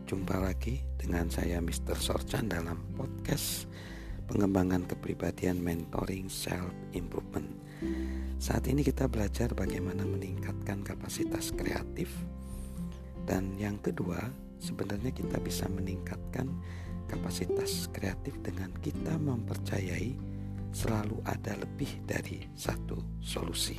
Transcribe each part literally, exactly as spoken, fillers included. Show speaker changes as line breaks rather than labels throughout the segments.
Jumpa lagi dengan saya mister Sorchan dalam podcast pengembangan kepribadian mentoring self improvement. Saat ini kita belajar bagaimana meningkatkan kapasitas kreatif. Dan yang kedua, sebenarnya kita bisa meningkatkan kapasitas kreatif dengan kita mempercayai selalu ada lebih dari satu solusi.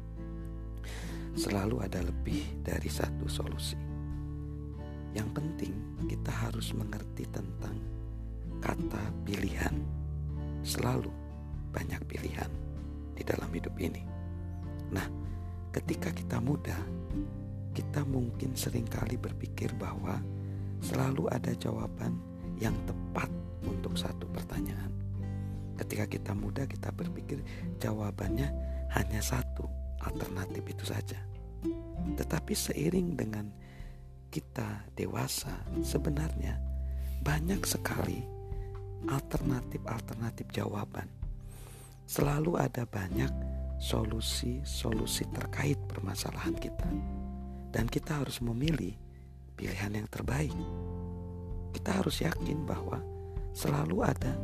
Selalu ada lebih dari satu solusi. Yang penting kita harus mengerti tentang kata pilihan. Selalu banyak pilihan di dalam hidup ini. Nah, ketika kita muda, kita mungkin seringkali berpikir bahwa selalu ada jawaban yang tepat untuk satu pertanyaan. Ketika kita muda, kita berpikir jawabannya hanya satu, alternatif itu saja. Tetapi seiring dengan kita dewasa, sebenarnya banyak sekali alternatif-alternatif jawaban. Selalu ada banyak solusi-solusi terkait permasalahan kita. Dan kita harus memilih pilihan yang terbaik. Kita harus yakin bahwa selalu ada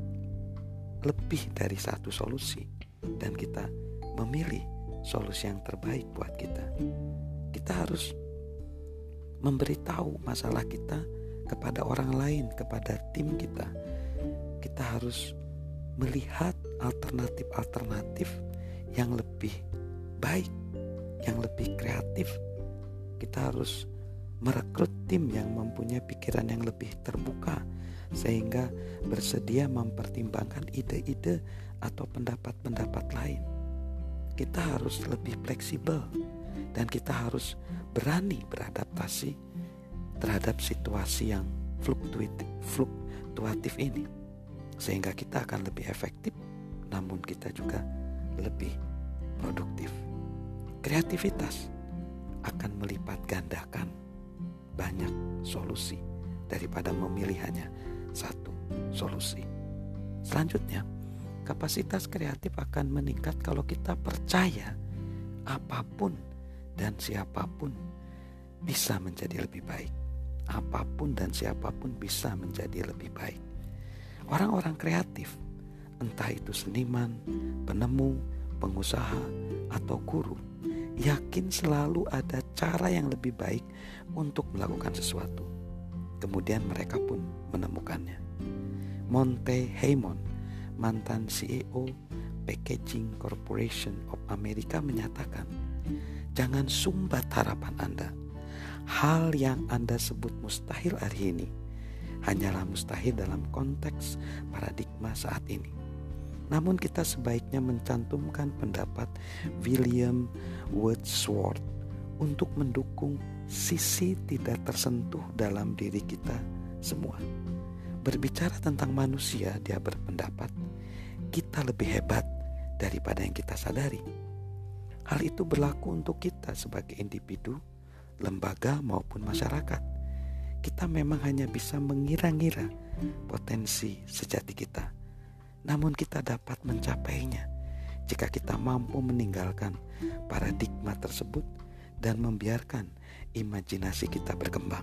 lebih dari satu solusi, dan kita memilih solusi yang terbaik buat kita. Kita harus memberitahu masalah kita kepada orang lain, kepada tim kita. Kita harus melihat alternatif-alternatif yang lebih baik, yang lebih kreatif. Kita harus merekrut tim yang mempunyai pikiran yang lebih terbuka, sehingga bersedia mempertimbangkan ide-ide atau pendapat-pendapat lain. Kita harus lebih fleksibel, dan kita harus berani beradaptasi terhadap situasi yang fluktuatif, fluktuatif ini, sehingga kita akan lebih efektif, namun kita juga lebih produktif. Kreativitas akan melipat gandakan banyak solusi daripada memilih hanya satu solusi. Selanjutnya, kapasitas kreatif akan meningkat kalau kita percaya apapun dan siapapun bisa menjadi lebih baik. Apapun dan siapapun bisa menjadi lebih baik. Orang-orang kreatif, entah itu seniman, penemu, pengusaha, atau guru, yakin selalu ada cara yang lebih baik untuk melakukan sesuatu. Kemudian mereka pun menemukannya. Monte Heyman, mantan C E O Packaging Corporation of America, menyatakan, jangan sumbat harapan Anda. Hal yang Anda sebut mustahil hari ini hanyalah mustahil dalam konteks paradigma saat ini. Namun kita sebaiknya mencantumkan pendapat William Wordsworth untuk mendukung sisi tidak tersentuh dalam diri kita semua. Berbicara tentang manusia, dia berpendapat kita lebih hebat daripada yang kita sadari. Hal itu berlaku untuk kita sebagai individu, lembaga maupun masyarakat. Kita memang hanya bisa mengira-ngira potensi sejati kita. Namun kita dapat mencapainya jika kita mampu meninggalkan paradigma tersebut dan membiarkan imajinasi kita berkembang.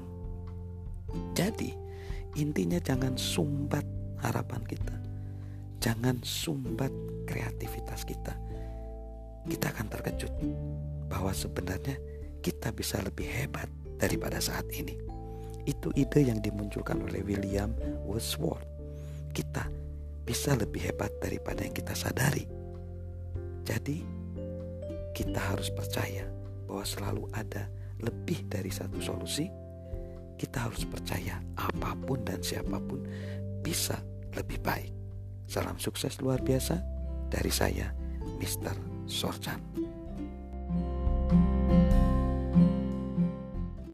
Jadi, intinya jangan sumbat harapan kita. Jangan sumbat kreativitas kita. Kita akan terkejut bahwa sebenarnya kita bisa lebih hebat daripada saat ini. Itu ide yang dimunculkan oleh William Wordsworth. Kita bisa lebih hebat daripada yang kita sadari. Jadi kita harus percaya bahwa selalu ada lebih dari satu solusi. Kita harus percaya apapun dan siapapun bisa lebih baik. Salam sukses luar biasa dari saya, mister Sorchan.